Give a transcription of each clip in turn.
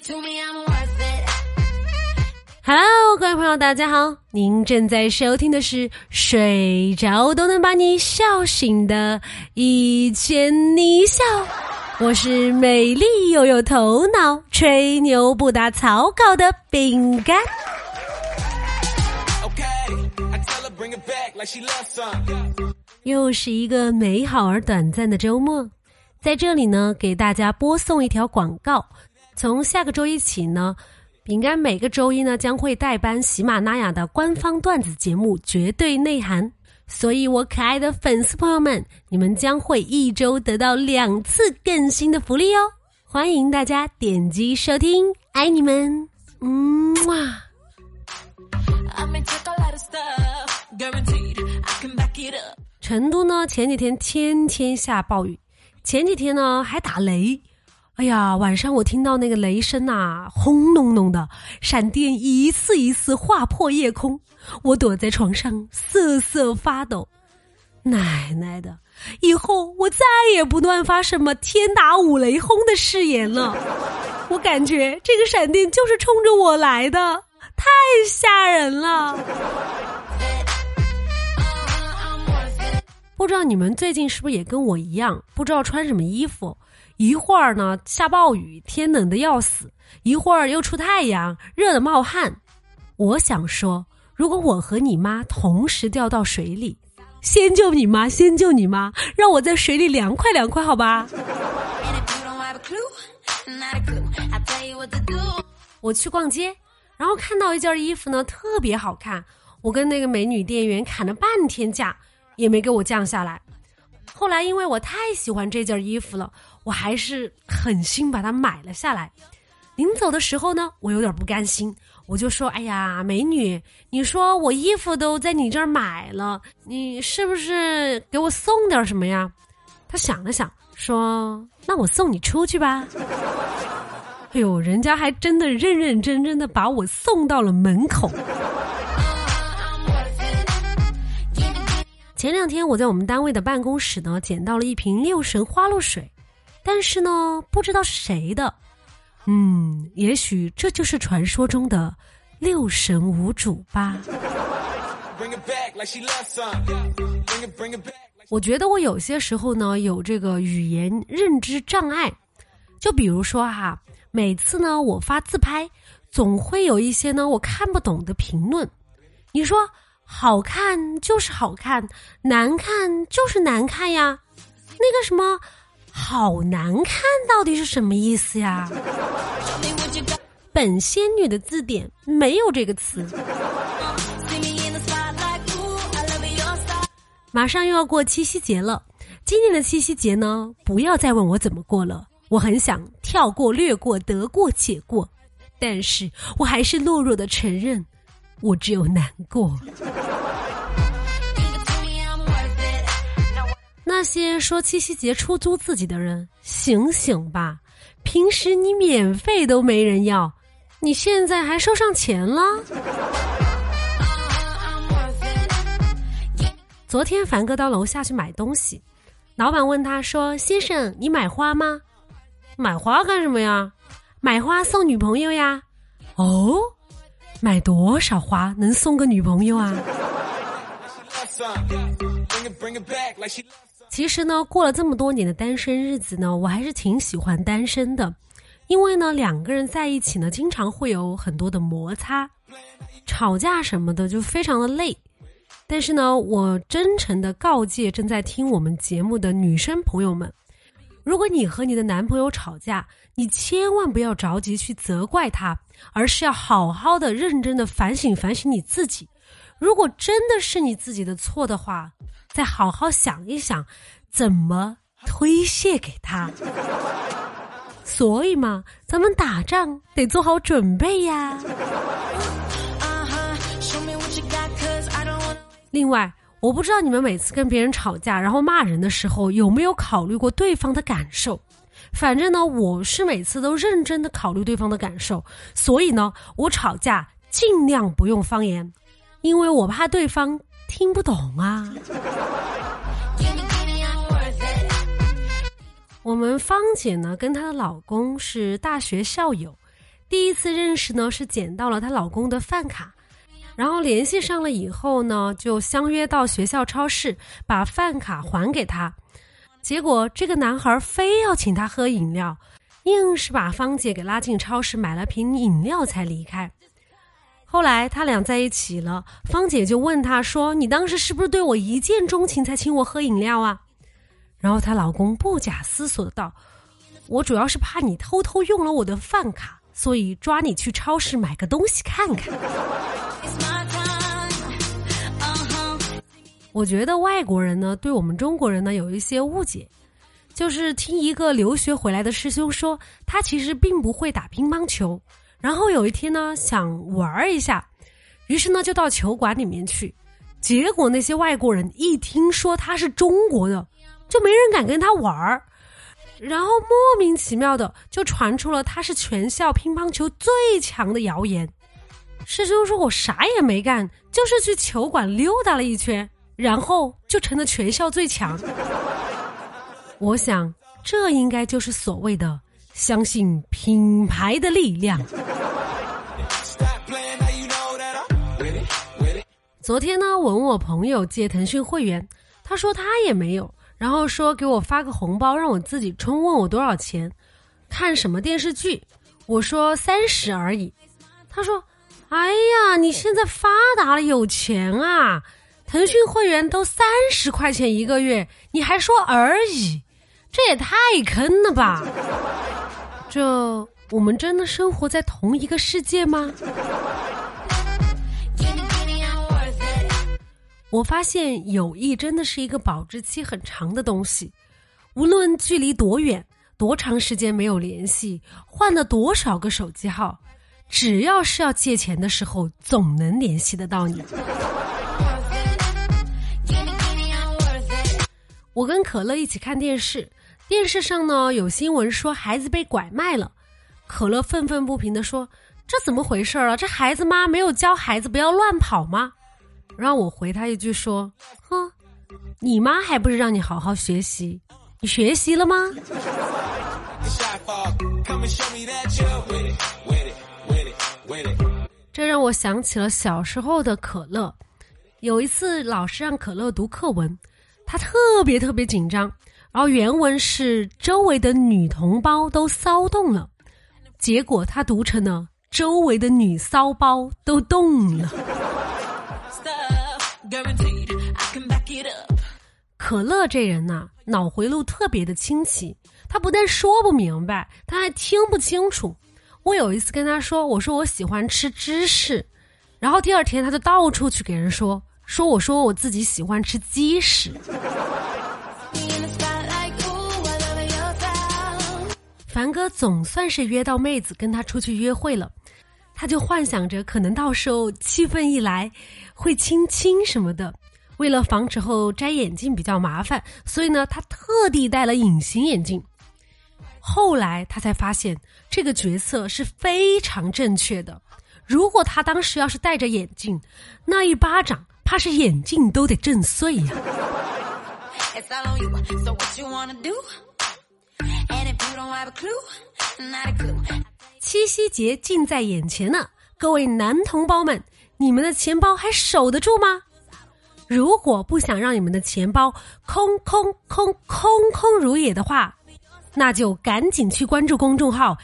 Hello， 各位朋友，大家好！您正在收听的是睡着都能把你笑醒的一千你笑，我是美丽又有头脑、吹牛不打草稿的饼干。又是一个美好而短暂的周末，在这里呢，给大家播送一条广告。从下个周一起呢，饼干每个周一呢将会代班喜马拉雅的官方段子节目《绝对内涵》，所以我可爱的粉丝朋友们，你们将会一周得到2次更新的福利哦！欢迎大家点击收听，爱你们，成都呢前几天天天下暴雨，前几天呢还打雷。哎呀，晚上我听到那个雷声啊，轰隆隆的，闪电一次一次划破夜空，我躲在床上瑟瑟发抖。奶奶的，以后我再也不乱发什么天打五雷轰的誓言了。我感觉这个闪电就是冲着我来的，太吓人了。不知道你们最近是不是也跟我一样，不知道穿什么衣服，一会儿呢下暴雨，天冷得要死，一会儿又出太阳，热得冒汗。我想说，如果我和你妈同时掉到水里，先救你妈，先救你妈，让我在水里凉快凉快，好吧？我去逛街，然后看到一件衣服呢特别好看，我跟那个美女店员砍了半天价，也没给我降下来。后来因为我太喜欢这件衣服了，我还是狠心把它买了下来。临走的时候呢，我有点不甘心，我就说，哎呀，美女，你说我衣服都在你这儿买了，你是不是给我送点什么呀？她想了想说，那我送你出去吧。哎呦，人家还真的认认真真的把我送到了门口。前2天我在我们单位的办公室呢捡到了一瓶6神花露水，但是呢不知道是谁的。也许这就是传说中的6神无主吧。我觉得我有些时候呢有这个语言认知障碍，就比如说哈，每次呢我发自拍，总会有一些呢我看不懂的评论。你说好看就是好看，难看就是难看呀，那个什么好难看到底是什么意思呀？本仙女的字典没有这个词。马上又要过七夕节了，今年的七夕节呢，不要再问我怎么过了，我很想跳过略过得过且过，但是我还是懦弱的承认，我只有难过。那些说七夕节出租自己的人，醒醒吧，平时你免费都没人要，你现在还收上钱了。昨天凡哥到楼下去买东西，老板问他说，先生你买花吗？买花干什么呀？买花送女朋友呀。哦，买多少花能送个女朋友啊？其实呢，过了这么多年的单身日子呢，我还是挺喜欢单身的，因为呢2个人在一起呢，经常会有很多的摩擦，吵架什么的就非常的累。但是呢，我真诚的告诫正在听我们节目的女生朋友们，如果你和你的男朋友吵架，你千万不要着急去责怪他，而是要好好的认真的反省反省你自己。如果真的是你自己的错的话，再好好想一想怎么推卸给他。所以嘛，咱们打仗得做好准备呀。另外，我不知道你们每次跟别人吵架然后骂人的时候有没有考虑过对方的感受。反正呢，我是每次都认真的考虑对方的感受，所以呢，我吵架尽量不用方言，因为我怕对方听不懂啊。我们芳姐呢跟她的老公是大学校友， 第一次认识呢是捡到了她老公的饭卡，然后联系上了以后呢，就相约到学校超市把饭卡还给他。结果这个男孩非要请他喝饮料，硬是把芳姐给拉进超市买了瓶饮料才离开。后来他俩在一起了，芳姐就问他说，你当时是不是对我一见钟情才请我喝饮料啊？然后她老公不假思索的道，我主要是怕你偷偷用了我的饭卡，所以抓你去超市买个东西看看。我觉得外国人呢对我们中国人呢有一些误解，就是听一个留学回来的师兄说，他其实并不会打乒乓球，然后有一天呢想玩一下，于是呢就到球馆里面去，结果那些外国人一听说他是中国的，就没人敢跟他玩，然后莫名其妙的就传出了他是全校乒乓球最强的谣言。师兄说，我啥也没干，就是去球馆溜达了一圈，然后就成了全校最强。我想这应该就是所谓的相信品牌的力量。昨天呢，我问我朋友借腾讯会员，他说他也没有，然后说给我发个红包让我自己充，问我多少钱，看什么电视剧，我说30而已。他说，哎呀，你现在发达了，有钱啊，腾讯会员都30块钱一个月，你还说而已，这也太坑了吧。这我们真的生活在同一个世界吗？我发现友谊真的是一个保质期很长的东西，无论距离多远，多长时间没有联系，换了多少个手机号，只要是要借钱的时候，总能联系得到你。我跟可乐一起看电视，电视上呢有新闻说孩子被拐卖了，可乐愤愤不平地说，这怎么回事啊？这孩子妈没有教孩子不要乱跑吗？让我回他一句说，哼，你妈还不是让你好好学习，你学习了吗？这让我想起了小时候的可乐。有一次老师让可乐读课文，他特别紧张，然后原文是周围的女同胞都骚动了，结果他读成了周围的女骚包都动了。可乐这人呐，脑回路特别的清奇，他不但说不明白，他还听不清楚。我有一次跟他说，我说我喜欢吃芝士，然后第二天他就到处去给人说我说我自己喜欢吃鸡屎。凡哥总算是约到妹子跟他出去约会了，他就幻想着可能到时候气氛一来会亲亲什么的，为了防止后摘眼镜比较麻烦，所以呢他特地戴了隐形眼镜。后来他才发现这个决策是非常正确的，如果他当时要是戴着眼镜，那一巴掌怕是眼镜都得震碎呀。七夕节近在眼前呢，各位男同胞们，你们的钱包还守得住吗？如果不想让你们的钱包空如也的话，那就赶紧去关注公众号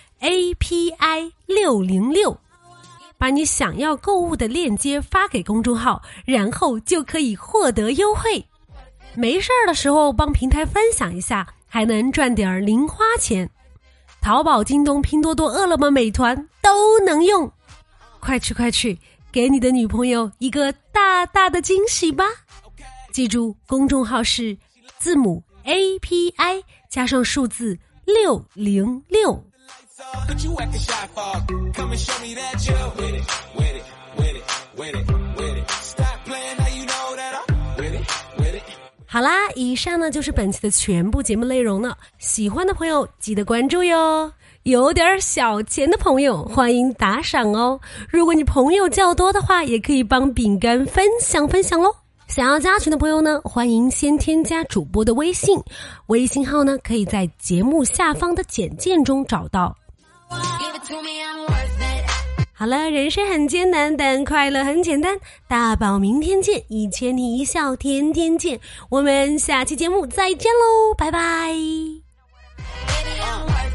API606， 把你想要购物的链接发给公众号，然后就可以获得优惠。没事的时候帮平台分享一下，还能赚点零花钱。淘宝、京东、拼多多、饿了么、美团都能用，快去给你的女朋友一个大大的惊喜吧。记住，公众号是字母 API 加上数字606。好啦，以上呢就是本期的全部节目内容了。喜欢的朋友记得关注哟，有点小钱的朋友欢迎打赏哦。如果你朋友较多的话，也可以帮饼干分享咯。想要加群的朋友呢，欢迎先添加主播的微信，微信号呢可以在节目下方的简介中找到。Give it to me, I'm worth it. 好了，人生很艰难，但快乐很简单。大宝明天见，一千你一笑，天天见。我们下期节目再见喽，拜拜。